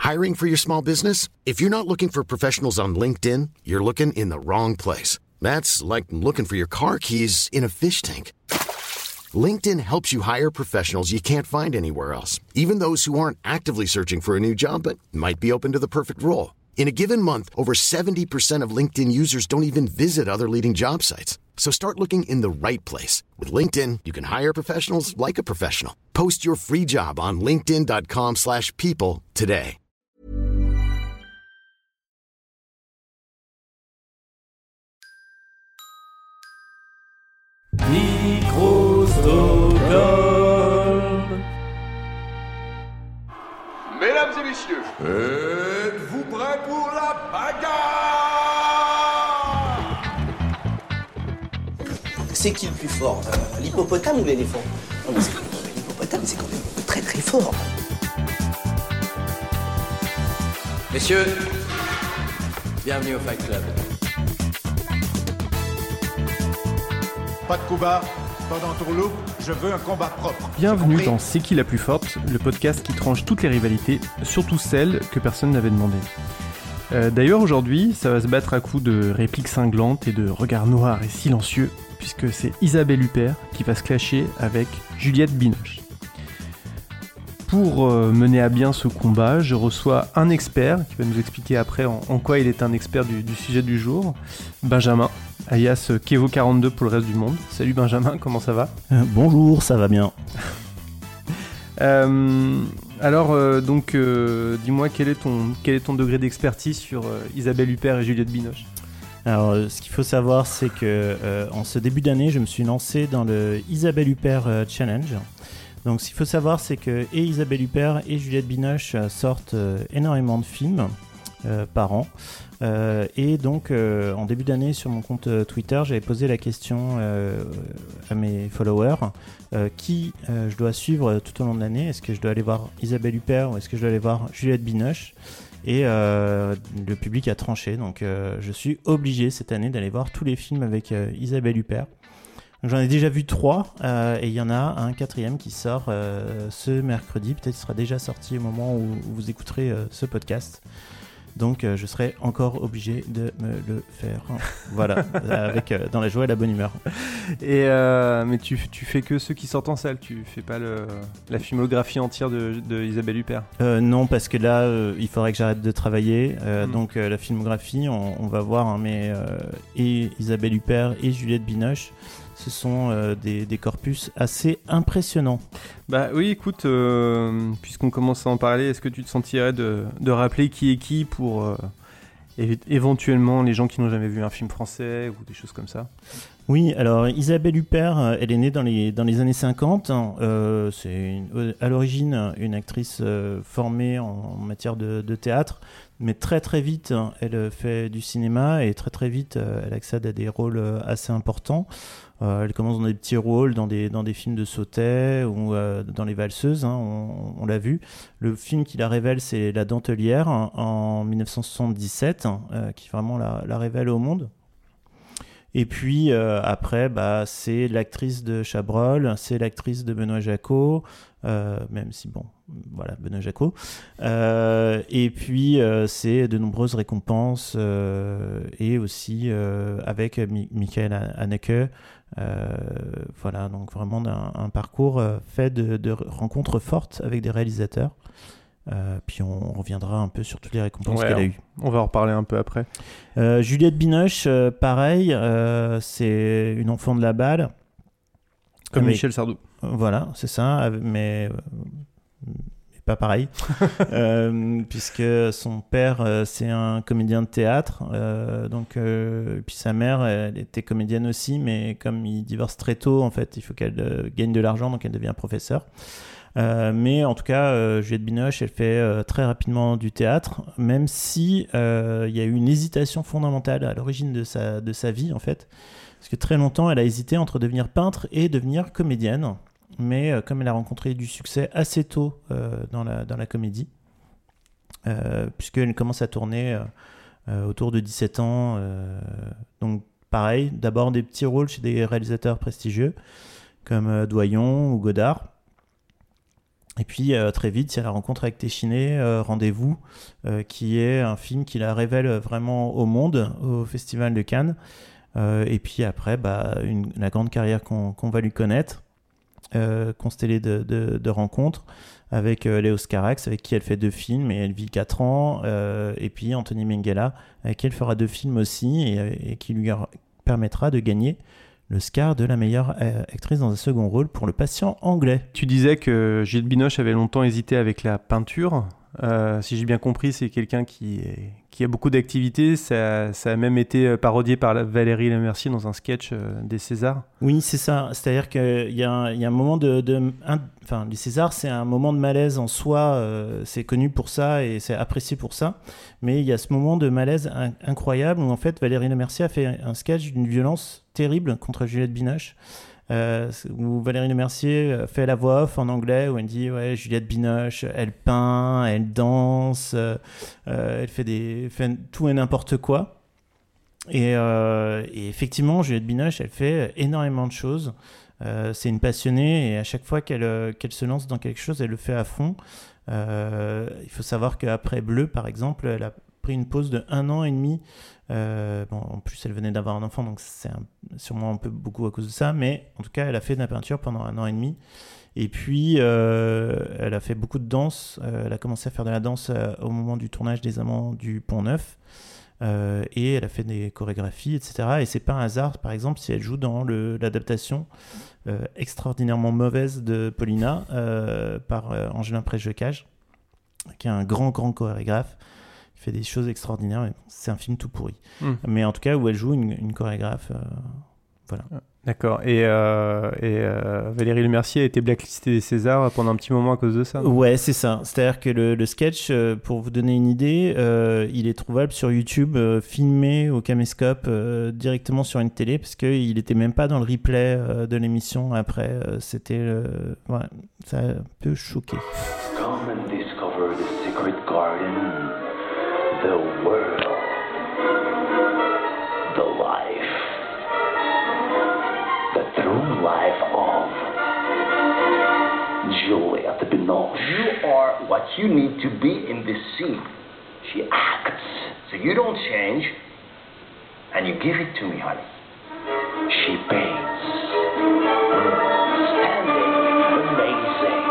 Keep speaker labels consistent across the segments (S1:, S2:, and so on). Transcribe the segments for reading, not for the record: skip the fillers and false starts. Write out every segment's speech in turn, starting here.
S1: Hiring for your small business? If you're not looking for professionals on LinkedIn, you're looking in the wrong place. That's like looking for your car keys in a fish tank. LinkedIn helps you hire professionals you can't find anywhere else, even those who aren't actively searching for a new job but might be open to the perfect role. In a given month, over 70% of LinkedIn users don't even visit other leading job sites. So start looking in the right place. With LinkedIn, you can hire professionals like a professional. Post your free job on linkedin.com/people today.
S2: Micro-Stockholm.
S3: Mesdames et messieurs, êtes-vous prêts pour la bagarre?
S4: C'est qui le plus fort, l'hippopotame ou l'éléphant? Non, mais l'hippopotame, c'est quand même très très fort.
S2: Messieurs, bienvenue au Fight Club.
S5: Pas de coup bas, pas d'entourloupe, je veux un combat propre.
S6: Bienvenue dans C'est qui la plus forte, le podcast qui tranche toutes les rivalités, surtout celles que personne n'avait demandées. D'ailleurs aujourd'hui, ça va se battre à coups de répliques cinglantes et de regards noirs et silencieux, puisque c'est Isabelle Huppert qui va se clasher avec Juliette Binoche. Pour mener à bien ce combat, je reçois un expert qui va nous expliquer après en quoi il est un expert du sujet du jour, Benjamin, alias Kevo42 pour le reste du monde. Salut Benjamin, comment ça va ?
S7: Bonjour, ça va bien.
S6: Donc, dis-moi quel est ton degré d'expertise sur Isabelle Huppert et Juliette Binoche ?
S7: Alors, ce qu'il faut savoir, c'est que en ce début d'année, je me suis lancé dans le Isabelle Huppert Challenge. Donc, ce qu'il faut savoir, c'est que et Isabelle Huppert et Juliette Binoche sortent énormément de films par an. Et donc, en début d'année, sur mon compte Twitter, j'avais posé la question à mes followers qui je dois suivre tout au long de l'année. Est-ce que je dois aller voir Isabelle Huppert ou est-ce que je dois aller voir Juliette Binoche ? Et le public a tranché. Donc, je suis obligé cette année d'aller voir tous les films avec Isabelle Huppert. Donc, j'en ai déjà vu 3 et il y en a un 4e qui sort ce mercredi. Peut-être qu'il sera déjà sorti au moment où vous écouterez ce podcast. Donc je serai encore obligé de me le faire. Voilà, avec dans la joie et la bonne humeur.
S6: Et mais tu fais que ceux qui sortent en salle, tu fais pas la filmographie entière de Isabelle Huppert ?
S7: Non, parce que là, il faudrait que j'arrête de travailler. Donc la filmographie, on va voir, mais et Isabelle Huppert et Juliette Binoche, ce sont des corpus assez impressionnants.
S6: Bah oui, écoute, puisqu'on commence à en parler, est-ce que tu te sentirais de rappeler qui est qui pour éventuellement les gens qui n'ont jamais vu un film français ou des choses comme ça ?
S7: Oui, alors Isabelle Huppert, elle est née dans les années 50. C'est à l'origine une actrice formée en matière de théâtre, mais très très vite elle fait du cinéma et très très vite elle accède à des rôles assez importants. Elle commence dans des petits rôles, dans des films de Sautet ou dans Les Valseuses, hein, on l'a vu. Le film qui la révèle, c'est La Dentelière en 1977, qui vraiment la révèle au monde. Et puis après, c'est l'actrice de Chabrol, c'est l'actrice de Benoît Jacquot, même si voilà, Benoît Jacquot. Et puis c'est de nombreuses récompenses et aussi avec Michael Haneke. Voilà, donc vraiment un parcours fait de rencontres fortes avec des réalisateurs. Puis on reviendra un peu sur toutes les récompenses qu'elle a eues.
S6: On va en reparler un peu après.
S7: Juliette Binoche, pareil, c'est une enfant de la balle.
S6: Comme Michel Sardou.
S7: Voilà, c'est ça, mais pas pareil. Puisque son père, c'est un comédien de théâtre. Puis sa mère, elle était comédienne aussi, mais comme il divorce très tôt, en fait, il faut qu'elle gagne de l'argent, donc elle devient professeure. Mais en tout cas, Juliette Binoche, elle fait très rapidement du théâtre, même si il y a eu une hésitation fondamentale à l'origine de sa vie, en fait. Parce que très longtemps, elle a hésité entre devenir peintre et devenir comédienne. Mais comme elle a rencontré du succès assez tôt dans la comédie, puisqu'elle commence à tourner autour de 17 ans. Donc pareil, d'abord des petits rôles chez des réalisateurs prestigieux, comme Doyon ou Godard. Et puis très vite, il y a La rencontre avec Téchiné, Rendez-vous, qui est un film qui la révèle vraiment au monde, au Festival de Cannes. Et puis après, la grande carrière qu'on va lui connaître, constellée de rencontres, avec Léos Carax, avec qui elle fait 2 films, et elle vit 4 ans. Et puis Anthony Minghella, avec qui elle fera 2 films aussi, et qui lui permettra de gagner l'Oscar de la meilleure actrice dans un second rôle pour Le Patient anglais.
S6: Tu disais que Juliette Binoche avait longtemps hésité avec la peinture. Si j'ai bien compris, c'est quelqu'un qui a beaucoup d'activités. Ça a même été parodié par Valérie Lemercier dans un sketch des Césars.
S7: Oui, c'est ça. C'est-à-dire qu'il y a un moment les Césars, c'est un moment de malaise en soi. C'est connu pour ça et c'est apprécié pour ça. Mais il y a ce moment de malaise incroyable où en fait Valérie Lemercier a fait un sketch d'une violence terrible contre Juliette Binoche. Où Valérie Lemercier fait la voix off en anglais, où elle dit Juliette Binoche, elle peint, elle danse, elle fait tout et n'importe quoi. Et effectivement, Juliette Binoche, elle fait énormément de choses. C'est une passionnée et à chaque fois qu'elle se lance dans quelque chose, elle le fait à fond. Il faut savoir qu'après Bleu, par exemple, elle a pris une pause de 1 an et demi. En plus, elle venait d'avoir un enfant, donc c'est sûrement un peu beaucoup à cause de ça, mais en tout cas, elle a fait de la peinture pendant 1 an et demi. Et puis, elle a fait beaucoup de danse. Elle a commencé à faire de la danse au moment du tournage des Amants du Pont-Neuf. Et elle a fait des chorégraphies, etc. Et c'est pas un hasard, par exemple, si elle joue dans l'adaptation extraordinairement mauvaise de Paulina par Angelin Préjecage, qui est un grand chorégraphe. Il fait des choses extraordinaires, mais c'est un film tout pourri. Mais en tout cas, où elle joue une chorégraphe, voilà.
S6: D'accord. Et Valérie Lemercier a été blacklistée des Césars pendant un petit moment à cause de ça.
S7: Ouais, c'est ça. C'est-à-dire que le sketch, pour vous donner une idée, il est trouvable sur YouTube, filmé au caméscope directement sur une télé, parce qu'il n'était même pas dans le replay de l'émission après. Ouais, ça a un peu choqué.
S8: Come and discover the secret garden, the world, the life. The true life of Juliette Binoche. You are what you need to be in this scene. She acts, so you don't change, and you give it to me, honey. She paints. Standing, amazing.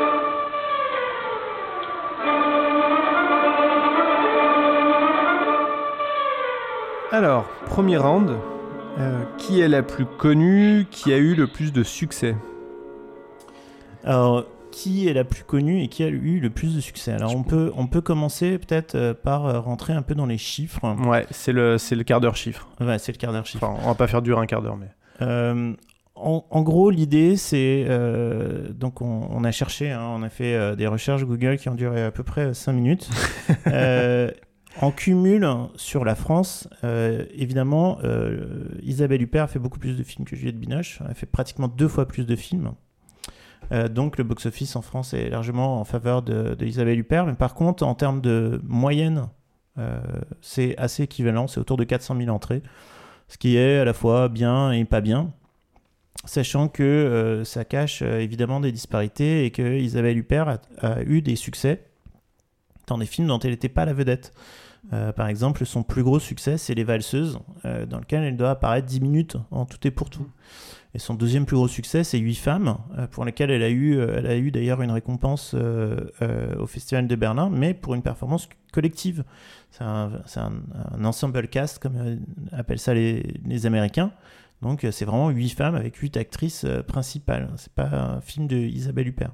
S6: Alors, premier round. Qui est la plus connue, qui a eu le plus de succès?
S7: Alors, qui est la plus connue et qui a eu le plus de succès? Alors, on peut commencer peut-être par rentrer un peu dans les chiffres.
S6: Ouais, c'est le quart d'heure chiffre.
S7: Ouais, c'est le quart d'heure chiffre.
S6: Enfin, on va pas faire durer un quart d'heure, mais...
S7: En gros, l'idée, c'est... donc, on a cherché, on a fait des recherches Google qui ont duré à peu près 5 minutes. En cumul sur la France, évidemment, Isabelle Huppert a fait beaucoup plus de films que Juliette Binoche. Elle a fait pratiquement 2 fois plus de films. Donc le box-office en France est largement en faveur de Isabelle Huppert. Mais par contre, en termes de moyenne, c'est assez équivalent. C'est autour de 400 000 entrées, ce qui est à la fois bien et pas bien. Sachant que ça cache évidemment des disparités et que Isabelle Huppert a eu des succès dans des films dont elle n'était pas la vedette. Par exemple, son plus gros succès, c'est Les Valseuses, dans lequel elle doit apparaître 10 minutes en tout et pour tout. Et son deuxième plus gros succès, c'est 8 femmes, pour lesquelles elle a eu d'ailleurs une récompense au Festival de Berlin, mais pour une performance collective. C'est un ensemble cast, comme appellent ça les Américains. Donc c'est vraiment 8 femmes avec 8 actrices principales. C'est pas un film de Isabelle Huppert.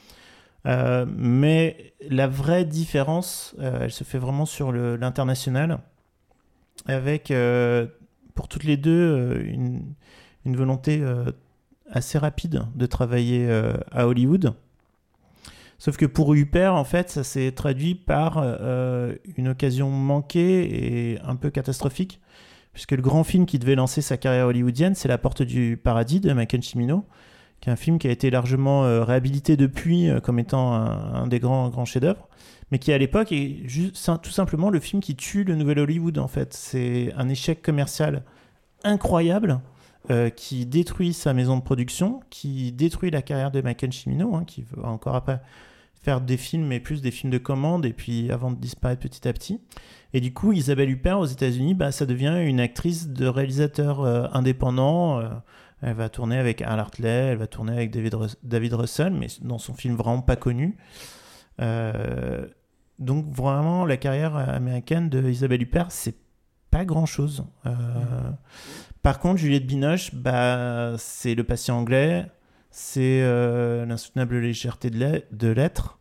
S7: Mais la vraie différence, elle se fait vraiment sur l'international, avec pour toutes les deux une volonté assez rapide de travailler à Hollywood. Sauf que pour Huppert, en fait, ça s'est traduit par une occasion manquée et un peu catastrophique, puisque le grand film qui devait lancer sa carrière hollywoodienne, c'est La Porte du Paradis de Michael Cimino, qui est un film qui a été largement réhabilité depuis comme étant un des grands chefs-d'œuvre, mais qui à l'époque est tout simplement le film qui tue le nouvel Hollywood, en fait. C'est un échec commercial incroyable, qui détruit sa maison de production, qui détruit la carrière de Michael Cimino, hein, qui va encore après faire des films, mais plus des films de commande, et puis avant de disparaître petit à petit. Et du coup, Isabelle Huppert, aux États-Unis, ça devient une actrice de réalisateur indépendant. Elle va tourner avec Al Hartley, elle va tourner avec David Russell, mais dans son film vraiment pas connu. Donc vraiment, la carrière américaine de Isabelle Huppert, c'est pas grand-chose. Par contre, Juliette Binoche, c'est Le Patient anglais, c'est L'insoutenable légèreté de l'être,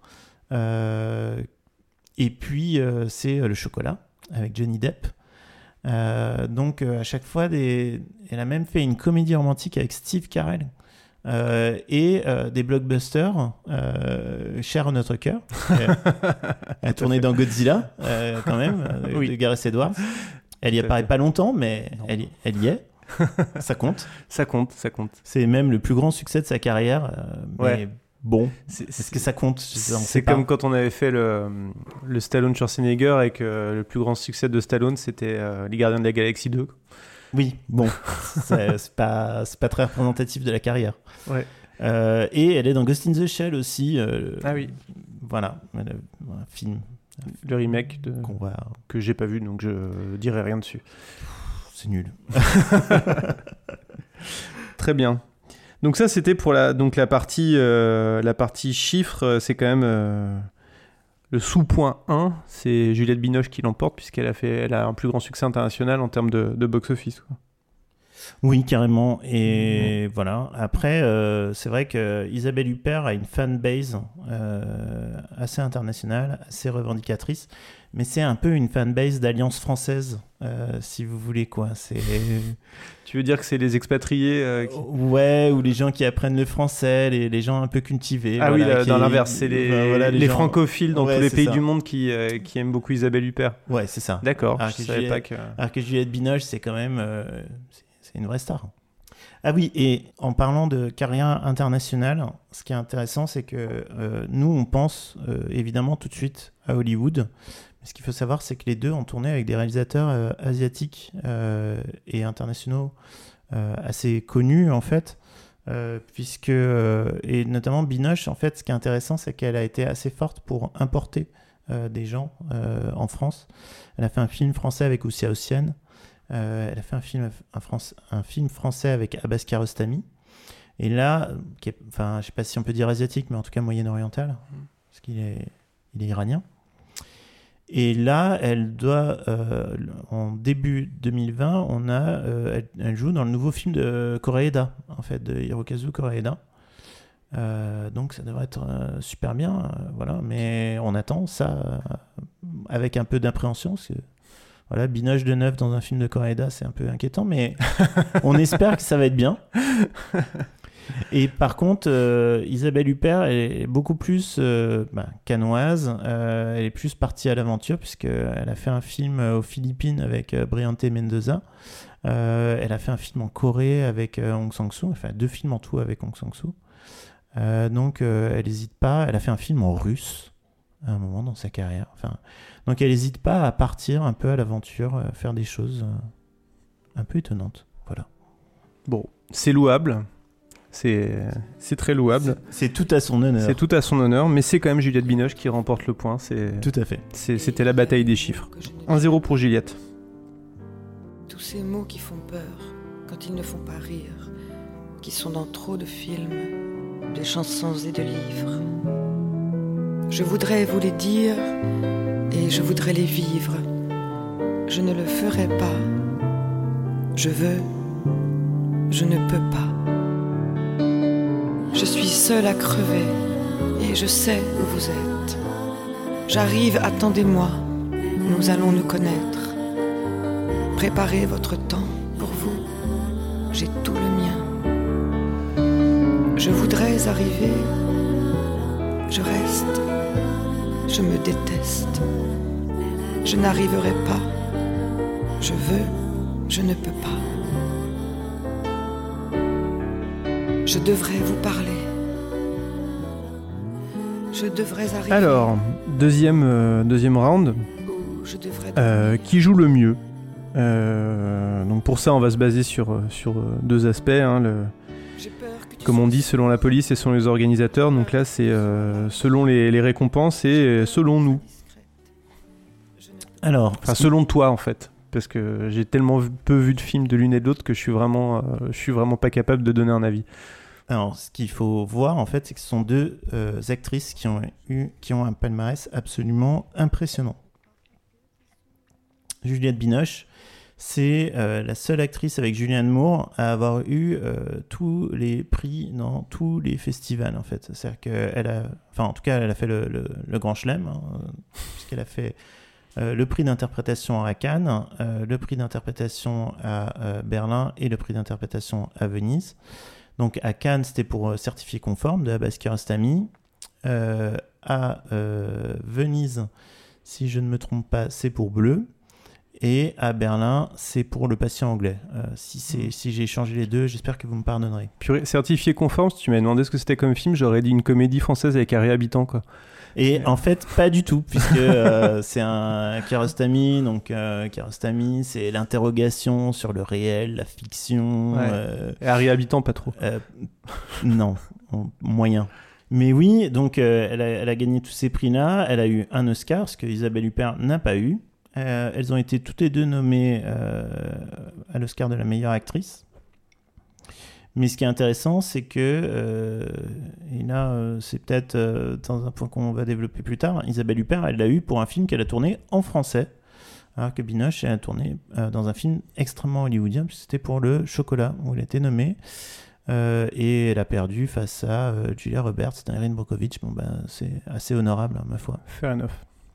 S7: et puis c'est Le Chocolat avec Johnny Depp. Donc à chaque fois, elle a même fait une comédie romantique avec Steve Carell et des blockbusters chers à notre cœur. Elle a tourné dans Godzilla quand même, de Gareth Edwards. Elle y apparaît pas longtemps, mais elle y est. Ça compte.
S6: Ça compte.
S7: C'est même le plus grand succès de sa carrière. Mais bon, est-ce que ça compte?
S6: C'est comme quand on avait fait le Stallone Schwarzenegger et que le plus grand succès de Stallone, c'était Les Gardiens de la Galaxie 2.
S7: Oui, bon, c'est pas très représentatif de la carrière.
S6: Ouais.
S7: Et elle est dans Ghost in the Shell aussi.
S6: Ah oui.
S7: Voilà, un film.
S6: Le remake que j'ai pas vu, donc je dirai rien dessus.
S7: C'est nul.
S6: Très bien. Donc ça, c'était pour la partie chiffres. C'est quand même le sous-point 1. C'est Juliette Binoche qui l'emporte puisqu'elle a un plus grand succès international en termes de box-office, quoi.
S7: Oui, carrément. Et voilà. Après, c'est vrai que Isabelle Huppert a une fanbase assez internationale, assez revendicatrice. Mais c'est un peu une fanbase d'Alliance française, si vous voulez, quoi.
S6: Tu veux dire que c'est les expatriés
S7: Ouais, ou les gens qui apprennent le français, les gens un peu cultivés.
S6: Ah voilà, oui, dans l'inverse, c'est les francophiles dans tous les pays du monde qui aiment beaucoup Isabelle Huppert.
S7: Ouais, c'est ça.
S6: D'accord,
S7: alors que Juliette Binoche, c'est quand même... c'est une vraie star. Ah oui, et en parlant de carrière internationale, ce qui est intéressant, c'est que nous, on pense évidemment tout de suite à Hollywood. Mais ce qu'il faut savoir, c'est que les deux ont tourné avec des réalisateurs asiatiques et internationaux assez connus, en fait. Puisque, et notamment Binoche, en fait, ce qui est intéressant, c'est qu'elle a été assez forte pour importer des gens en France. Elle a fait un film français avec Oussia Ossian. Elle a fait un film français avec Abbas Kiarostami. Et là, je ne sais pas si on peut dire asiatique, mais en tout cas moyen-oriental, parce qu'il est iranien. Et là, elle doit, en début 2020, elle joue dans le nouveau film de Koreeda, en fait, de Hirokazu Koreeda. Donc ça devrait être super bien, voilà. Mais on attend ça avec un peu d'appréhension, parce que voilà, Binoche de neuf dans un film de Koreeda, c'est un peu inquiétant, mais on espère que ça va être bien. Et par contre, Isabelle Huppert est beaucoup plus canoise, elle est plus partie à l'aventure, puisqu'elle a fait un film aux Philippines avec Briante Mendoza, elle a fait un film en Corée avec Hong Sang-soo, enfin 2 films en tout avec Hong Sang-soo. Donc elle n'hésite pas, elle a fait un film en russe à un moment dans sa carrière. Donc elle n'hésite pas à partir un peu à l'aventure, faire des choses un peu étonnantes. Voilà.
S6: Bon, c'est louable. C'est très louable.
S7: C'est tout à son honneur.
S6: C'est tout à son honneur, mais c'est quand même Juliette Binoche qui remporte le point.
S7: Tout à fait.
S6: C'était la bataille des chiffres. 1-0 pour Juliette.
S9: Tous ces mots qui font peur quand ils ne font pas rire, qui sont dans trop de films, de chansons et de livres. Je voudrais vous les dire et je voudrais les vivre. Je ne le ferai pas. Je veux, je ne peux pas. Je suis seule à crever et je sais où vous êtes. J'arrive, attendez-moi, nous allons nous connaître. Préparez votre temps pour vous, j'ai tout le mien. Je voudrais arriver, je reste, je me déteste. Je n'arriverai pas, je veux, je ne peux pas. Je devrais vous parler. Je devrais arriver.
S6: Alors, deuxième round. Qui joue le mieux Donc pour ça, on va se baser sur deux aspects. Comme on dit, selon la police et selon les organisateurs. Donc là, c'est selon les récompenses et selon nous.
S7: Alors,
S6: selon toi, en fait. Parce que j'ai tellement peu vu de films de l'une et de l'autre que je suis vraiment pas capable de donner un avis.
S7: Alors, ce qu'il faut voir, en fait, c'est que ce sont deux actrices qui ont un palmarès absolument impressionnant. Juliette Binoche, c'est la seule actrice avec Julianne Moore à avoir eu tous les prix dans tous les festivals, en fait. C'est-à-dire qu'elle a... Enfin, en tout cas, elle a fait le Grand Chelem, puisqu'elle a fait le prix d'interprétation à Cannes, le prix d'interprétation à Berlin et le prix d'interprétation à Venise. Donc, à Cannes, c'était pour Certifié conforme de Abbas Kiarostami. À Venise, si je ne me trompe pas, c'est pour Bleu. Et à Berlin, c'est pour Le Patient anglais. Si j'ai changé les deux, j'espère que vous me pardonnerez.
S6: Purée, Certifié conforme, si tu m'avais demandé ce que c'était comme film, j'aurais dit une comédie française avec Harry Habitant, quoi.
S7: Et en fait, pas du tout, puisque c'est un Kiarostami. Donc, Kiarostami, c'est l'interrogation sur le réel, la fiction.
S6: Ouais. Et Harry Habitant, pas trop.
S7: Non, moyen. Mais oui, donc elle a gagné tous ces prix-là. Elle a eu un Oscar, ce que Isabelle Huppert n'a pas eu. Elles ont été toutes les deux nommées à l'Oscar de la meilleure actrice. Mais ce qui est intéressant, c'est que, et là, c'est peut-être dans un point qu'on va développer plus tard, Isabelle Huppert, elle l'a eu pour un film qu'elle a tourné en français, alors que Binoche, elle a tourné dans un film extrêmement hollywoodien, puisque c'était pour Le Chocolat, où elle était nommée. Et elle a perdu face à Julia Roberts et Erin Brockovich. Bon, c'est assez honorable, ma foi.
S6: Fair enough.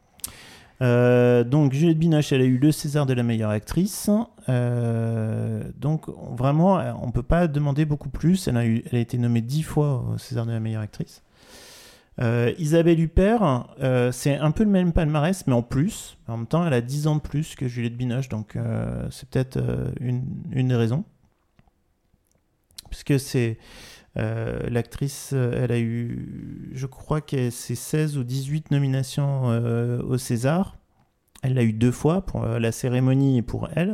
S7: Donc Juliette Binoche, elle a eu le César de la meilleure actrice. Donc vraiment, on ne peut pas demander beaucoup plus. Elle a été nommée 10 fois au César de la meilleure actrice. Isabelle Huppert, c'est un peu le même palmarès, mais en plus. En même temps, elle a 10 ans de plus que Juliette Binoche, donc c'est peut-être une des raisons. Puisque c'est l'actrice, elle a eu, je crois que c'est 16 ou 18 nominations au César. Elle l'a eu 2 fois pour la cérémonie et pour elle.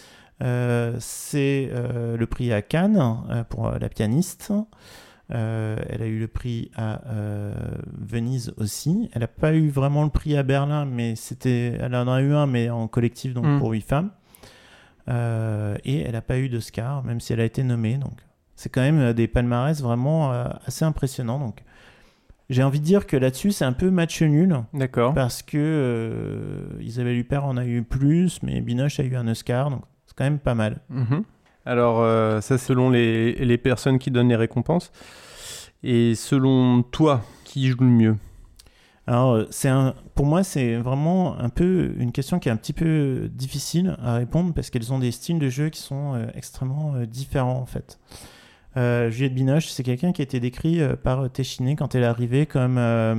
S7: C'est le prix à Cannes pour La pianiste. Elle a eu le prix à Venise aussi. Elle n'a pas eu vraiment le prix à Berlin, mais elle en a eu un, mais en collectif, donc pour 8 femmes. Et elle n'a pas eu d'Oscar, même si elle a été nommée. Donc c'est quand même des palmarès vraiment assez impressionnants. Donc, j'ai envie de dire que là-dessus, c'est un peu match nul.
S6: D'accord.
S7: Parce que Isabelle Huppert en a eu plus, mais Binoche a eu un Oscar. Donc, c'est quand même pas mal.
S6: Mm-hmm. Alors, ça, selon les personnes qui donnent les récompenses. Et selon toi, qui joue le mieux ?
S7: Alors, pour moi, c'est vraiment un peu une question qui est un petit peu difficile à répondre parce qu'elles ont des styles de jeu qui sont extrêmement différents, en fait. Juliette Binoche, c'est quelqu'un qui a été décrit par Téchiné quand elle est arrivée comme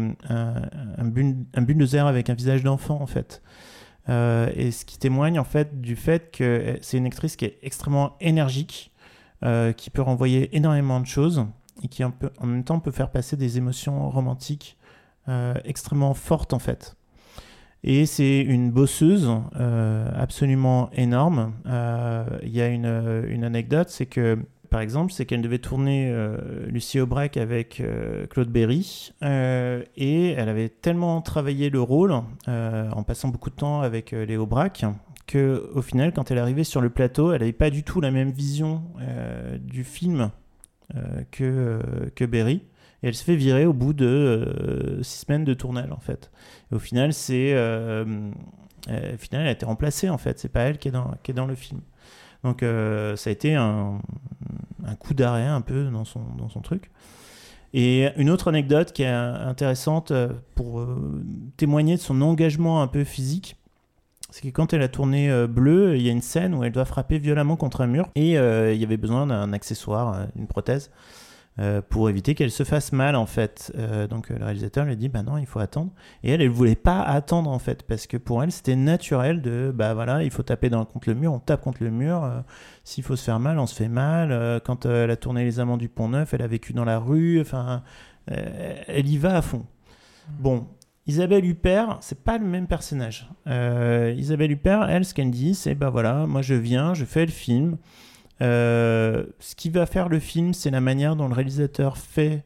S7: un bulldozer avec un visage d'enfant, en fait. Et ce qui témoigne, en fait, du fait que c'est une actrice qui est extrêmement énergique, qui peut renvoyer énormément de choses et qui, en même temps, peut faire passer des émotions romantiques extrêmement fortes, en fait. Et c'est une bosseuse absolument énorme. Il y a une anecdote, c'est que par exemple, c'est qu'elle devait tourner Lucie Aubrac avec Claude Berry et elle avait tellement travaillé le rôle en passant beaucoup de temps avec Léo Aubrac qu'au final, quand elle arrivait sur le plateau, elle n'avait pas du tout la même vision du film que Berry. Et elle se fait virer au bout de 6 semaines de tournage, en fait. Et au final, elle a été remplacée, en fait. C'est pas elle qui est dans le film. Donc ça a été un coup d'arrêt un peu dans son truc. Et une autre anecdote qui est intéressante pour témoigner de son engagement un peu physique, c'est que quand elle a tourné Bleu, il y a une scène où elle doit frapper violemment contre un mur et il y avait besoin d'un accessoire, une prothèse, pour éviter qu'elle se fasse mal, en fait. Donc le réalisateur lui a dit bah non, il faut attendre, et elle voulait pas attendre, en fait, parce que pour elle c'était naturel de voilà, il faut taper contre le mur, on tape contre le mur, s'il faut se faire mal, on se fait mal. Quand elle a tourné Les Amants du Pont-Neuf, elle a vécu dans la rue, enfin elle y va à fond. Bon, Isabelle Huppert, c'est pas le même personnage. Isabelle Huppert, elle, ce qu'elle dit, c'est bah voilà, moi je viens, je fais le film. Ce qui va faire le film, c'est la manière dont le réalisateur fait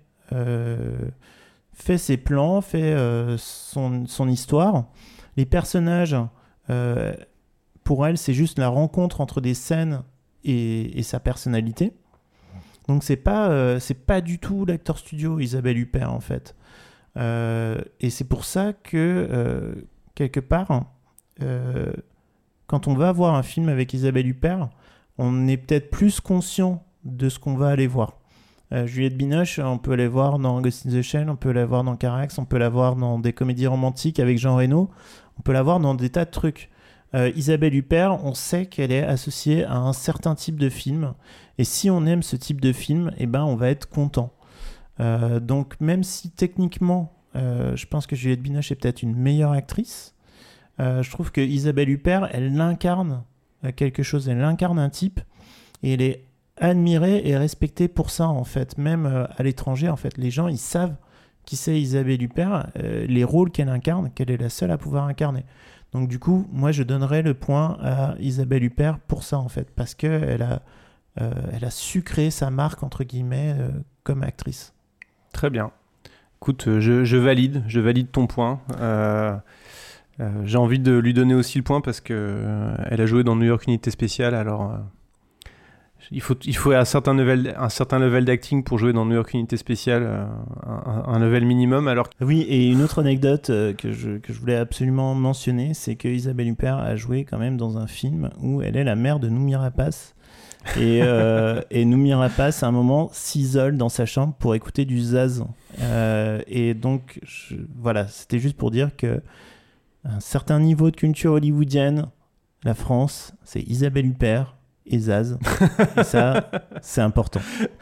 S7: ses plans, fait son histoire. Les personnages, pour elle, c'est juste la rencontre entre des scènes et sa personnalité. Donc c'est pas du tout l'acteur studio Isabelle Huppert en fait. Et c'est pour ça que quelque part, quand on va voir un film avec Isabelle Huppert, on est peut-être plus conscient de ce qu'on va aller voir. Juliette Binoche, on peut la voir dans Ghost in the Shell, on peut la voir dans Carax, on peut la voir dans des comédies romantiques avec Jean Reno, on peut la voir dans des tas de trucs. Isabelle Huppert, on sait qu'elle est associée à un certain type de film, et si on aime ce type de film, eh ben, on va être content. Donc même si techniquement, je pense que Juliette Binoche est peut-être une meilleure actrice, je trouve que Isabelle Huppert, elle incarne quelque chose, elle incarne un type, et elle est admirée et respectée pour ça en fait, même à l'étranger en fait. Les gens, ils savent qui c'est Isabelle Huppert, les rôles qu'elle incarne, qu'elle est la seule à pouvoir incarner. Donc du coup, moi je donnerais le point à Isabelle Huppert pour ça en fait, parce qu'elle a su créer sa marque entre guillemets comme actrice.
S6: Très bien. Écoute, je valide ton point. J'ai envie de lui donner aussi le point parce que elle a joué dans New York Unité Spéciale, alors il faut un certain level d'acting pour jouer dans New York Unité Spéciale, un level minimum. Alors
S7: oui, et une autre anecdote que je voulais absolument mentionner, c'est que Isabelle Huppert a joué quand même dans un film où elle est la mère de Noomi Rapace. Et Noomi Rapace, à un moment, s'isole dans sa chambre pour écouter du Zaz. Et donc, voilà, c'était juste pour dire que un certain niveau de culture hollywoodienne, la France, c'est Isabelle Huppert et Zaz. Et ça, c'est important.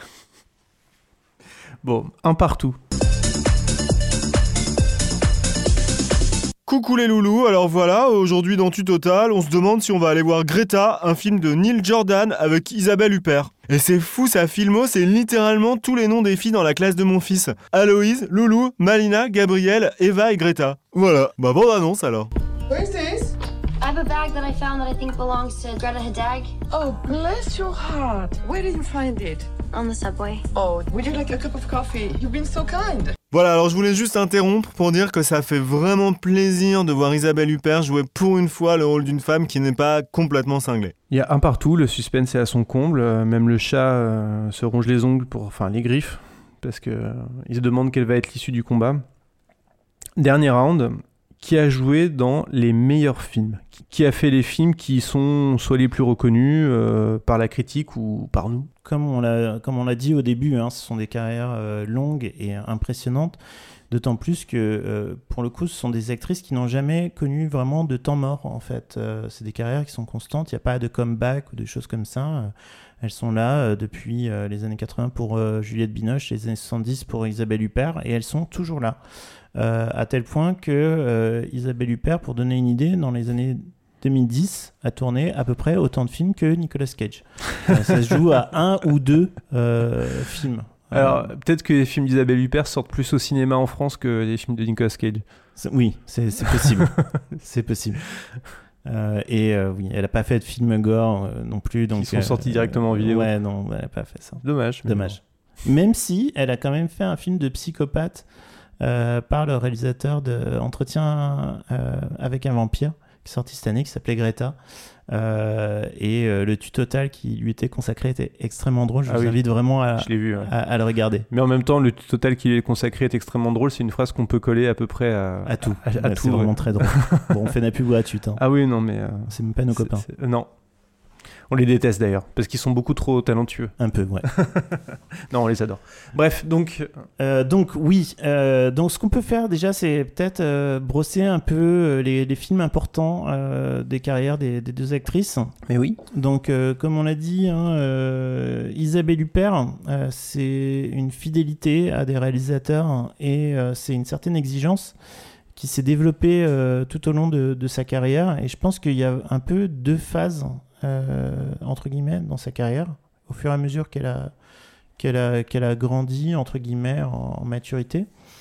S6: Bon, un partout.
S10: Coucou les loulous, alors voilà, aujourd'hui dans Tu Total, on se demande si on va aller voir Greta, un film de Neil Jordan avec Isabelle Huppert. Et c'est fou, sa filmo, c'est littéralement tous les noms des filles dans la classe de mon fils. Aloïse, Loulou, Malina, Gabrielle, Eva et Greta. Voilà, bah bonne annonce alors.
S11: Where's this?
S12: I have a bag that I found that I think belongs to Greta Hadag.
S11: Oh, bless your heart. Where did you find it?
S12: On the subway.
S11: Oh, would you like a cup of coffee? You've been so kind.
S10: Voilà, alors je voulais juste interrompre pour dire que ça fait vraiment plaisir de voir Isabelle Huppert jouer pour une fois le rôle d'une femme qui n'est pas complètement cinglée.
S6: Il y a un partout, le suspense est à son comble, même le chat se ronge les ongles, les griffes, parce qu'il se demande quelle va être l'issue du combat. Dernier round, qui a joué dans les meilleurs films ? Qui a fait les films qui sont soit les plus reconnus par la critique ou par nous ?
S7: Comme on l'a dit au début, ce sont des carrières longues et impressionnantes, d'autant plus que, pour le coup, ce sont des actrices qui n'ont jamais connu vraiment de temps mort, en fait. C'est des carrières qui sont constantes, il n'y a pas de comeback ou de choses comme ça. Elles sont là depuis les années 80 pour Juliette Binoche, les années 70 pour Isabelle Huppert, et elles sont toujours là. À tel point que Isabelle Huppert, pour donner une idée, dans les années 2010, a tourné à peu près autant de films que Nicolas Cage. Ça se joue à 1 ou 2 films.
S6: Alors, peut-être que les films d'Isabelle Huppert sortent plus au cinéma en France que les films de Nicolas Cage.
S7: Oui, c'est possible. C'est possible. Oui, elle n'a pas fait de film gore non plus. Donc,
S6: qui sont sortis directement en vidéo.
S7: Ouais, non, elle n'a pas fait ça.
S6: Dommage.
S7: Même si elle a quand même fait un film de psychopathe par le réalisateur de Entretien avec un vampire, qui est sorti cette année, qui s'appelait Greta. Le Tu Total qui lui était consacré était extrêmement drôle. Je vous invite vraiment à le regarder.
S6: Mais en même temps, le Tu Total qui lui est consacré est extrêmement drôle. C'est une phrase qu'on peut coller à peu près à tout.
S7: C'est vraiment très drôle. Bon, on fait la pub gratuite.
S6: Ah oui, non, mais...
S7: c'est même pas nos copains.
S6: Non. On les déteste d'ailleurs, parce qu'ils sont beaucoup trop talentueux.
S7: Un peu, ouais.
S6: Non, on les adore. Bref, donc
S7: oui. Donc ce qu'on peut faire déjà, c'est peut-être brosser un peu les films importants des carrières des deux actrices.
S6: Mais oui.
S7: Donc, comme on l'a dit, Isabelle Huppert, c'est une fidélité à des réalisateurs et c'est une certaine exigence qui s'est développée tout au long de sa carrière. Et je pense qu'il y a un peu 2 phases entre guillemets dans sa carrière au fur et à mesure qu'elle a grandi entre guillemets en maturité,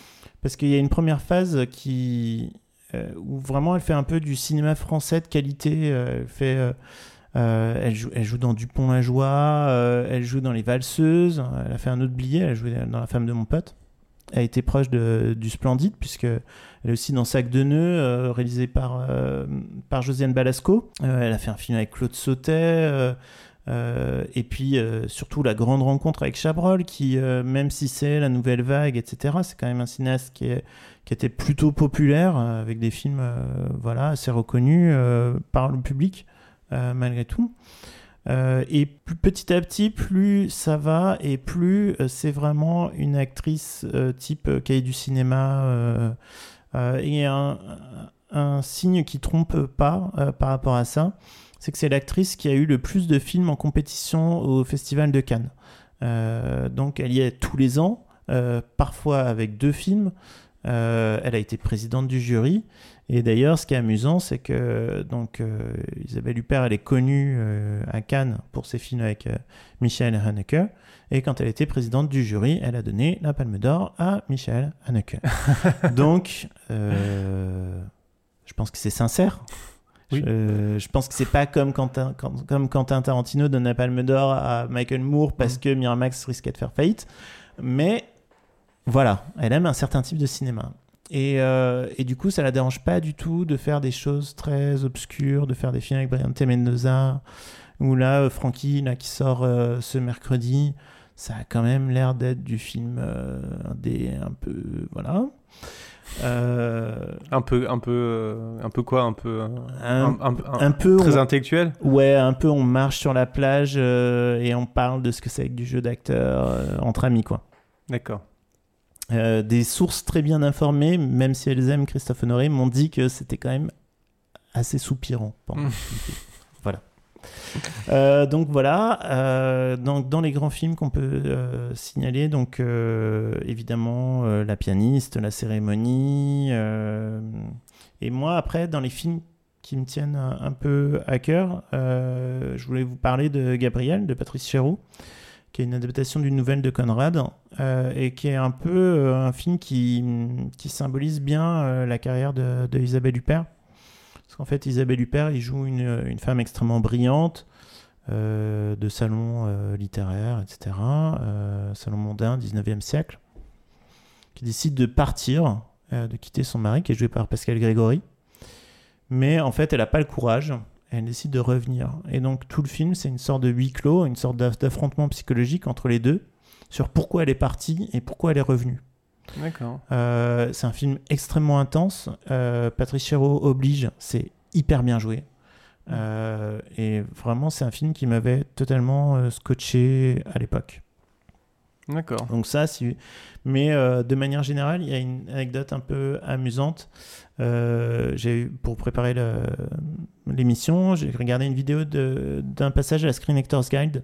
S7: parce qu'il y a une première phase où vraiment elle fait un peu du cinéma français de qualité. Elle joue dans Dupont-la-Joie, elle joue dans Les Valseuses, elle a fait un autre billet, elle a joué dans La femme de mon pote. Elle a été proche du Splendide, puisqu'elle est aussi dans Sac de nœuds, réalisé par Josiane Balasco. Elle a fait un film avec Claude Sautet, et puis surtout La Grande Rencontre avec Chabrol, qui, même si c'est la nouvelle vague, etc., c'est quand même un cinéaste qui était plutôt populaire, avec des films assez reconnus par le public, malgré tout. Et petit à petit, plus ça va et plus c'est vraiment une actrice type cahier du cinéma. Et un signe qui trompe pas par rapport à ça, c'est que c'est l'actrice qui a eu le plus de films en compétition au Festival de Cannes. Donc elle y est tous les ans, parfois avec 2 films. Elle a été présidente du jury. Et d'ailleurs, ce qui est amusant, c'est que Isabelle Huppert, elle est connue à Cannes pour ses films avec Michael Haneke. Et quand elle était présidente du jury, elle a donné la Palme d'Or à Michael Haneke. Donc, je pense que c'est sincère. Oui. Je pense que c'est pas comme Quentin Tarantino donne la Palme d'Or à Michael Moore parce que Miramax risquait de faire faillite. Mais voilà, elle aime un certain type de cinéma. Et du coup, ça la dérange pas du tout de faire des choses très obscures, de faire des films avec Briante Mendoza, ou là, Frankie, là, qui sort ce mercredi, ça a quand même l'air d'être du film un peu, voilà.
S6: Un peu quoi, un peu très intellectuel.
S7: Ouais, un peu. On marche sur la plage et on parle de ce que c'est avec du jeu d'acteur entre amis, quoi.
S6: D'accord.
S7: Des sources très bien informées, même si elles aiment Christophe Honoré, m'ont dit que c'était quand même assez soupirant pendant le film. Voilà. Donc voilà. Dans les grands films qu'on peut signaler, donc évidemment La pianiste, La cérémonie. Et moi, après, dans les films qui me tiennent un peu à cœur, je voulais vous parler de Gabriel, de Patrice Chéreau, qui est une adaptation d'une nouvelle de Conrad, et qui est un peu un film qui symbolise bien la carrière de Isabelle Huppert. Parce qu'en fait, Isabelle Huppert, il joue une femme extrêmement brillante, de salon littéraire, etc., salon mondain, 19e siècle, qui décide de partir, de quitter son mari, qui est joué par Pascal Grégory. Mais en fait, elle n'a pas le courage. Elle décide de revenir. Et donc, tout le film, c'est une sorte de huis clos, une sorte d'affrontement psychologique entre les deux, sur pourquoi elle est partie et pourquoi elle est revenue.
S6: D'accord.
S7: C'est un film extrêmement intense. Patrice Chéreau oblige, c'est hyper bien joué. Et vraiment, c'est un film qui m'avait totalement scotché à l'époque.
S6: D'accord.
S7: Donc ça, mais de manière générale, il y a une anecdote un peu amusante. Pour préparer l'émission, j'ai regardé une vidéo d'un passage à la Screen Actors Guide.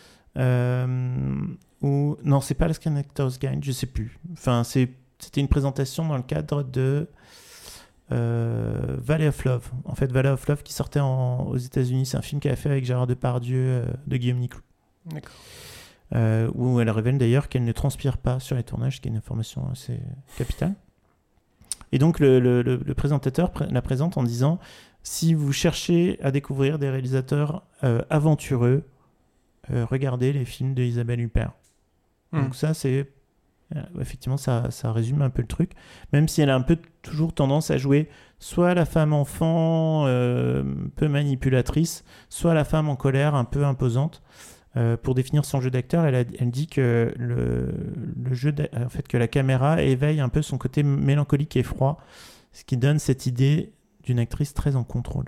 S7: Non, c'est pas la Screen Actors Guide, je sais plus. Enfin, c'était une présentation dans le cadre de Valley of Love. En fait, Valley of Love qui sortait aux États-Unis, c'est un film qu'elle a fait avec Gérard Depardieu de Guillaume Niclou.
S6: D'accord.
S7: Où elle révèle d'ailleurs qu'elle ne transpire pas sur les tournages, ce qui est une information assez capitale. Et donc le présentateur la présente en disant: si vous cherchez à découvrir des réalisateurs aventureux, regardez les films de Isabelle Huppert. Donc ça, c'est effectivement, ça résume un peu le truc, même si elle a un peu toujours tendance à jouer soit la femme enfant peu manipulatrice, soit la femme en colère un peu imposante. Pour définir son jeu d'acteur, elle dit que le jeu en fait, que la caméra éveille un peu son côté mélancolique et froid, ce qui donne cette idée d'une actrice très en contrôle.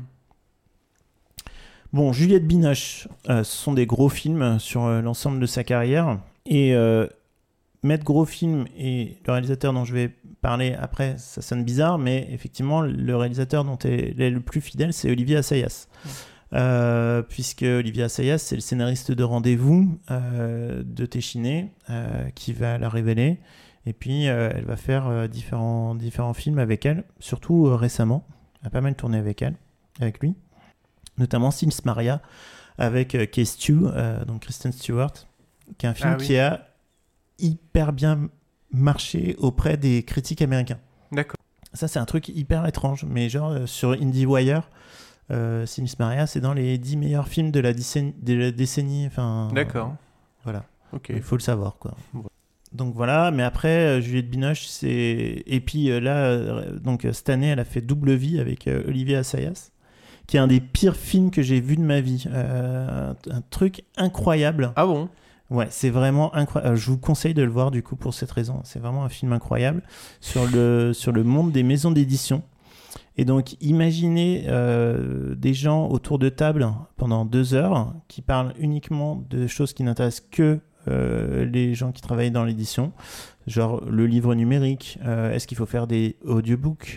S7: Bon, Juliette Binoche, ce sont des gros films sur l'ensemble de sa carrière. Et mettre gros film et le réalisateur dont je vais parler après, ça sonne bizarre, mais effectivement, le réalisateur dont elle est le plus fidèle, c'est Olivier Assayas. Puisque Olivier Assayas, c'est le scénariste de Rendez-vous de Téchiné, qui va la révéler. Et puis, elle va faire différents films avec elle, surtout récemment. Elle a pas mal tourné avec lui. Notamment Sils Maria, avec Kay Stew, donc Kristen Stewart, qui est un film qui a hyper bien marché auprès des critiques américains.
S6: D'accord.
S7: Ça, c'est un truc hyper étrange. Mais genre, sur IndieWire, Sims Maria, c'est dans les 10 meilleurs films de la décennie.
S6: D'accord.
S7: Voilà.
S6: Ok.
S7: Il faut le savoir, quoi.
S6: Ouais.
S7: Donc voilà, mais après, Juliette Binoche, c'est... Et puis donc cette année, elle a fait Double Vie avec Olivier Assayas, qui est un des pires films que j'ai vu de ma vie. Un truc incroyable.
S6: Ah bon ?
S7: Ouais, c'est vraiment incroyable. Je vous conseille de le voir, du coup, pour cette raison. C'est vraiment un film incroyable sur le monde des maisons d'édition. Et donc, imaginez des gens autour de table pendant 2 heures qui parlent uniquement de choses qui n'intéressent que les gens qui travaillent dans l'édition, genre le livre numérique, est-ce qu'il faut faire des audiobooks,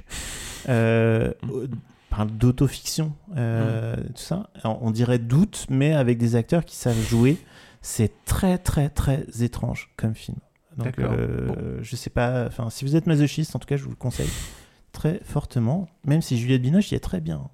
S7: parle d'autofiction, tout ça. Alors, on dirait doute, mais avec des acteurs qui savent jouer. C'est très très très étrange comme film. Donc je sais pas, enfin si vous êtes masochiste, en tout cas je vous le conseille très fortement, même si Juliette Binoche y est très bien.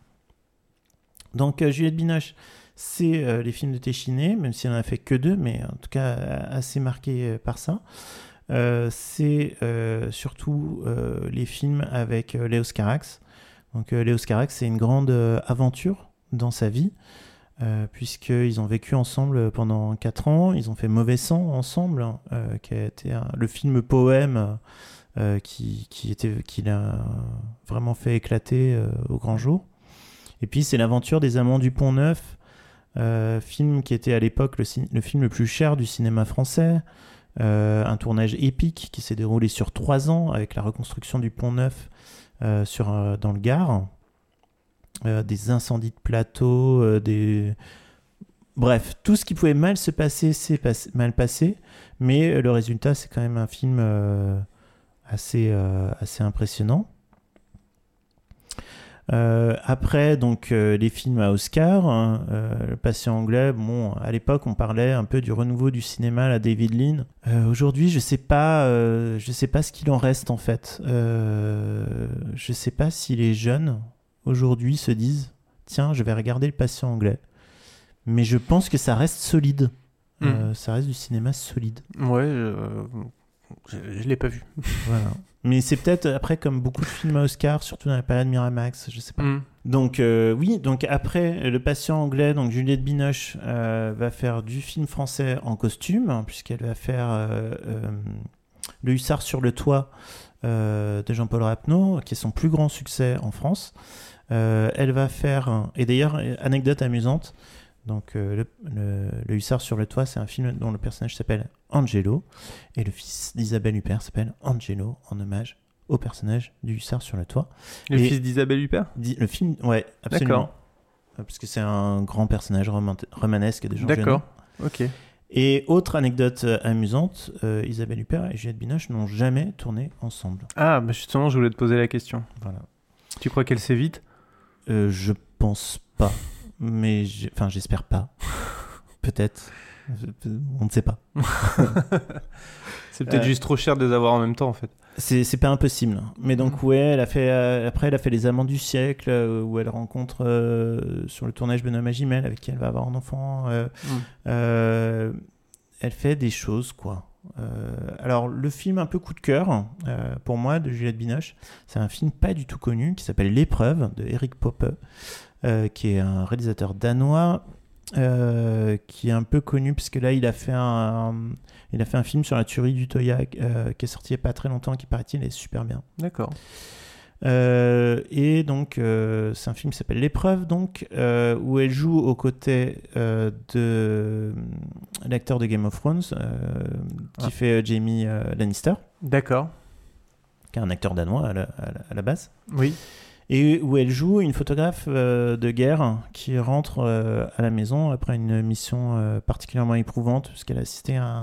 S7: Donc Juliette Binoche, c'est les films de Téchiné, même si elle en a fait que 2, mais en tout cas assez marqué par ça. C'est surtout les films avec Léos Carax. Donc Léos Carax, c'est une grande aventure dans sa vie, puisqu'ils ont vécu ensemble pendant 4 ans. Ils ont fait Mauvais Sang ensemble, qui a été le film poème qui l'a vraiment fait éclater au grand jour. Et puis c'est l'aventure des Amants du Pont-Neuf, film qui était à l'époque le film le plus cher du cinéma français, un tournage épique qui s'est déroulé sur 3 ans avec la reconstruction du Pont-Neuf dans le Gard, des incendies de plateau, bref, tout ce qui pouvait mal se passer s'est mal passé, mais le résultat c'est quand même un film assez impressionnant. Après, donc, les films à Oscar, Le Patient anglais, bon, à l'époque, on parlait un peu du renouveau du cinéma à la David Lean. Aujourd'hui, je sais pas ce qu'il en reste, en fait. Je sais pas si les jeunes, aujourd'hui, se disent « Tiens, je vais regarder Le Patient anglais ». Mais je pense que ça reste solide. Ça reste du cinéma solide.
S6: Ouais, je l'ai pas vu.
S7: Voilà. Mais c'est peut-être après comme beaucoup de films à Oscar, surtout dans la période Miramax, je sais pas. Donc oui, donc après Le Patient anglais, donc Juliette Binoche va faire du film français en costume, hein, puisqu'elle va faire Le Hussard sur le toit de Jean-Paul Rapneau, qui est son plus grand succès en France. Elle va faire, et d'ailleurs anecdote amusante, donc le Hussard sur le toit, c'est un film dont le personnage s'appelle Angelo, et le fils d'Isabelle Huppert s'appelle Angelo, en hommage au personnage du Hussard sur le toit.
S6: Le fils d'Isabelle Huppert ?
S7: Le film, ouais, absolument.
S6: D'accord.
S7: Parce que c'est un grand personnage romanesque de Jean Genet.
S6: D'accord, ok.
S7: Et autre anecdote amusante, Isabelle Huppert et Juliette Binoche n'ont jamais tourné ensemble.
S6: Ah, bah justement, je voulais te poser la question.
S7: Voilà.
S6: Tu crois qu'elle s'évite ?
S7: Je pense pas. Mais j'espère pas. Peut-être. On ne sait pas.
S6: C'est peut-être juste trop cher de les avoir en même temps, en fait.
S7: C'est pas impossible. Mais donc, ouais, elle a fait Les Amants du siècle, où elle rencontre sur le tournage Benoît Magimel, avec qui elle va avoir un enfant. Elle fait des choses, quoi. Alors, le film un peu coup de cœur, pour moi, de Juliette Binoche, c'est un film pas du tout connu, qui s'appelle L'épreuve, de Erik Poppe. Qui est un réalisateur danois qui est un peu connu puisque là il a fait un film sur la tuerie d'Utoya qui est sorti il n'y a pas très longtemps, qui paraît-il est super bien.
S6: D'accord.
S7: Et donc c'est un film qui s'appelle L'épreuve, donc où elle joue aux côtés de l'acteur de Game of Thrones qui fait Jaime Lannister.
S6: D'accord.
S7: Qui est un acteur danois à la base.
S6: Oui.
S7: Et où elle joue une photographe de guerre qui rentre à la maison après une mission particulièrement éprouvante, puisqu'elle a assisté à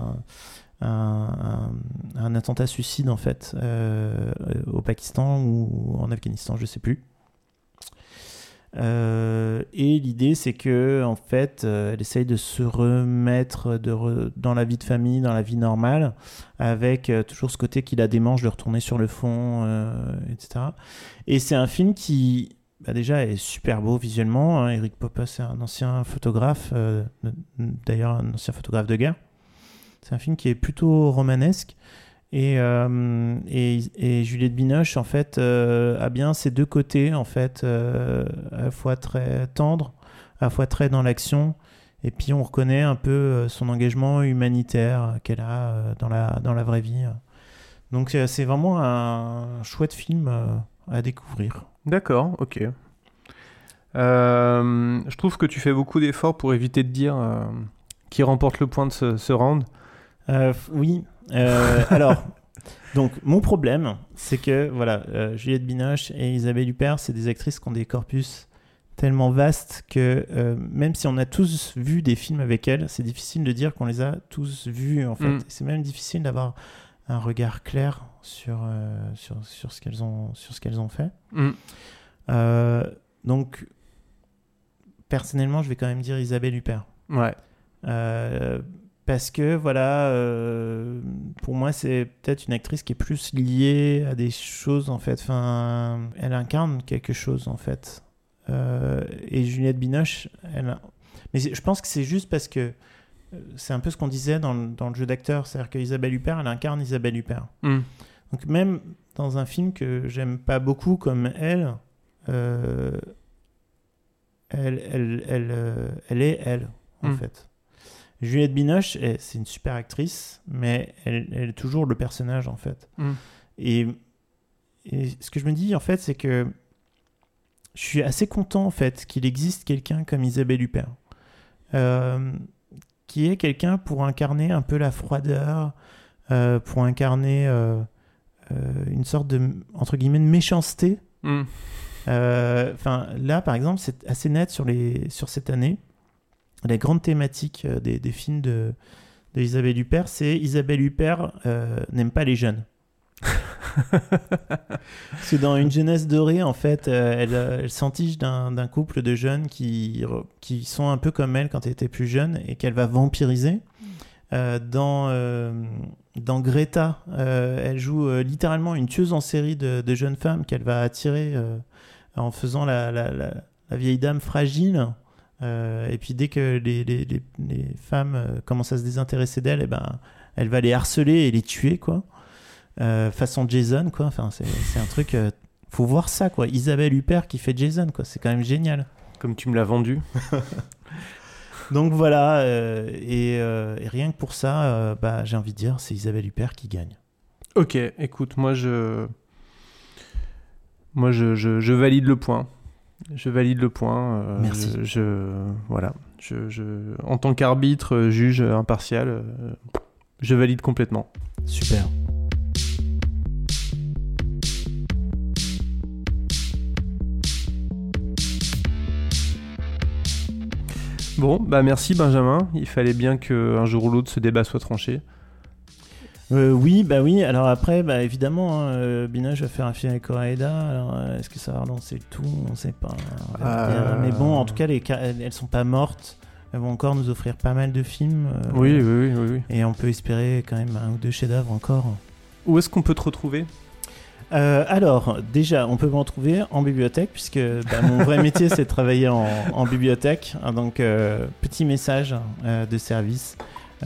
S7: un attentat suicide, en fait, au Pakistan ou en Afghanistan, je ne sais plus. Et l'idée, c'est que en fait, elle essaye de se remettre dans la vie de famille, dans la vie normale, avec toujours ce côté qui la démange de retourner sur le fond, etc. Et c'est un film qui, déjà, est super beau visuellement. Hein. Erik Poppe, c'est un ancien photographe, d'ailleurs un ancien photographe de guerre. C'est un film qui est plutôt romanesque Et Juliette Binoche, en fait, a bien ces deux côtés, en fait, à la fois très tendre, à la fois très dans l'action. Et puis on reconnaît un peu son engagement humanitaire qu'elle a dans la vraie vie. Donc c'est vraiment un chouette film à découvrir.
S6: D'accord, ok. Je trouve que tu fais beaucoup d'efforts pour éviter de dire qui remporte le point de ce round.
S7: Oui. Alors, donc mon problème, c'est que voilà, Juliette Binoche et Isabelle Huppert, c'est des actrices qui ont des corpus tellement vastes que même si on a tous vu des films avec elles, c'est difficile de dire qu'on les a tous vus en fait. C'est même difficile d'avoir un regard clair sur ce qu'elles ont fait. Donc personnellement, je vais quand même dire Isabelle Huppert.
S6: Ouais.
S7: Parce que voilà, pour moi, c'est peut-être une actrice qui est plus liée à des choses en fait. Enfin, elle incarne quelque chose en fait. Et Juliette Binoche, mais je pense que c'est juste parce que c'est un peu ce qu'on disait dans le jeu d'acteur, c'est-à-dire qu'Isabelle Huppert, elle incarne Isabelle Huppert. Donc même dans un film que j'aime pas beaucoup comme elle est elle en fait. Juliette Binoche, c'est une super actrice, mais elle est toujours le personnage en fait. Et ce que je me dis en fait, c'est que je suis assez content en fait qu'il existe quelqu'un comme Isabelle Huppert, qui est quelqu'un pour incarner un peu la froideur, pour incarner une sorte de, entre guillemets, de méchanceté. Là, par exemple, c'est assez net sur cette année. La grande thématique des films de Isabelle Huppert, c'est Isabelle Huppert n'aime pas les jeunes. Parce que dans Une jeunesse dorée, en fait, elle s'entiche d'un couple de jeunes qui sont un peu comme elle quand elle était plus jeune et qu'elle va vampiriser. Dans Greta, elle joue littéralement une tueuse en série de jeunes femmes qu'elle va attirer en faisant la vieille dame fragile. Et puis dès que les femmes commencent à se désintéresser d'elle, elle va les harceler et les tuer, quoi. Façon Jason, quoi. Enfin, c'est un truc. Faut voir ça, quoi. Isabelle Huppert qui fait Jason, quoi. C'est quand même génial.
S6: Comme tu me l'as vendu.
S7: Donc voilà. Et rien que pour ça, j'ai envie de dire, c'est Isabelle Huppert qui gagne.
S6: Ok, écoute, moi je valide le point. Je valide le point.
S7: Merci.
S6: Voilà. En tant qu'arbitre, juge impartial, je valide complètement.
S7: Super.
S6: Bon, merci Benjamin. Il fallait bien qu'un jour ou l'autre ce débat soit tranché.
S7: Oui. Alors après, évidemment, Binoche va faire un film avec Koreeda. Alors, est-ce que ça va relancer le tout ? On ne sait pas. Mais bon, en tout cas, elles sont pas mortes. Elles vont encore nous offrir pas mal de films.
S6: Oui.
S7: Et on peut espérer quand même un ou deux chefs-d'œuvre encore.
S6: Où est-ce qu'on peut te retrouver ?
S7: Alors, déjà, on peut me retrouver en bibliothèque, puisque mon vrai métier, c'est de travailler en bibliothèque. Donc, petit message de service.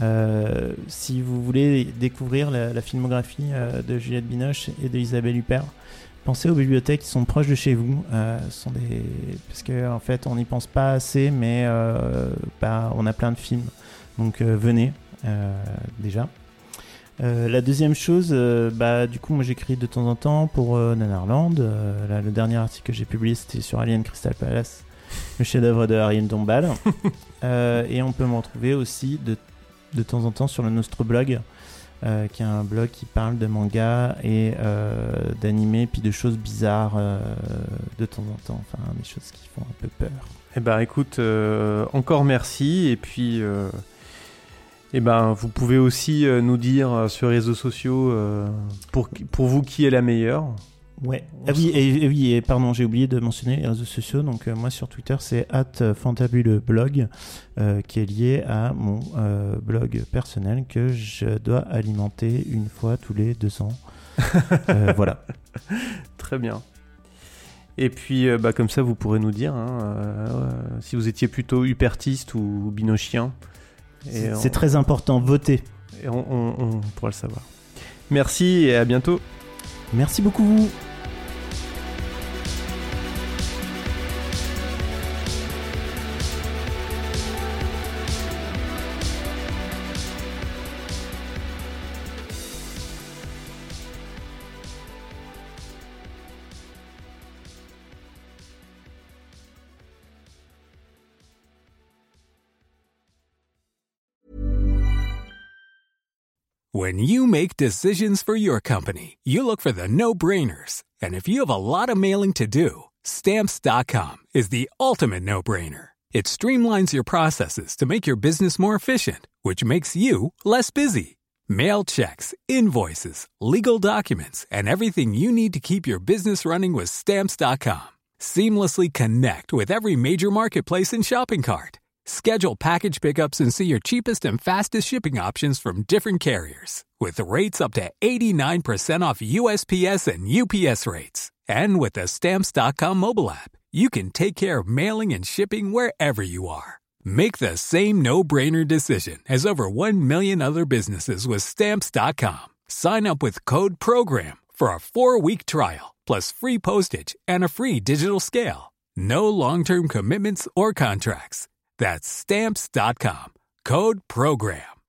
S7: Si vous voulez découvrir la filmographie de Juliette Binoche et de Isabelle Huppert, pensez aux bibliothèques qui sont proches de chez vous. Parce qu'en fait, on n'y pense pas assez, mais on a plein de films. Donc, venez déjà. La deuxième chose, du coup, moi j'écris de temps en temps pour Nanarland. Le dernier article que j'ai publié, c'était sur Alien Crystal Palace, le chef-d'œuvre de Ariel Dombal. Et on peut me retrouver aussi de temps en temps sur le Nostro Blog, qui est un blog qui parle de manga et d'animé, puis de choses bizarres de temps en temps, enfin des choses qui font un peu peur.
S6: Écoute, encore merci, et puis vous pouvez aussi nous dire sur les réseaux sociaux pour vous qui est la meilleure.
S7: Ouais. Oui, et pardon, j'ai oublié de mentionner les réseaux sociaux. Donc moi sur Twitter, c'est @fantabuleux-blog, qui est lié à mon blog personnel que je dois alimenter une fois tous les 2 ans. Voilà.
S6: Très bien. Et puis comme ça, vous pourrez nous dire si vous étiez plutôt hupertiste ou binochien.
S7: C'est très important, votez.
S6: Et on pourra le savoir. Merci et à bientôt.
S7: Merci beaucoup.
S13: When you make decisions for your company, you look for the no-brainers. And if you have a lot of mailing to do, Stamps.com is the ultimate no-brainer. It streamlines your processes to make your business more efficient, which makes you less busy. Mail checks, invoices, legal documents, and everything you need to keep your business running with Stamps.com. Seamlessly connect with every major marketplace and shopping cart. Schedule package pickups and see your cheapest and fastest shipping options from different carriers. With rates up to 89% off USPS and UPS rates. And with the Stamps.com mobile app, you can take care of mailing and shipping wherever you are. Make the same no-brainer decision as over 1 million other businesses with Stamps.com. Sign up with code PROGRAM for a 4-week trial, plus free postage and a free digital scale. No long-term commitments or contracts. That's Stamps.com. Code PROGRAM.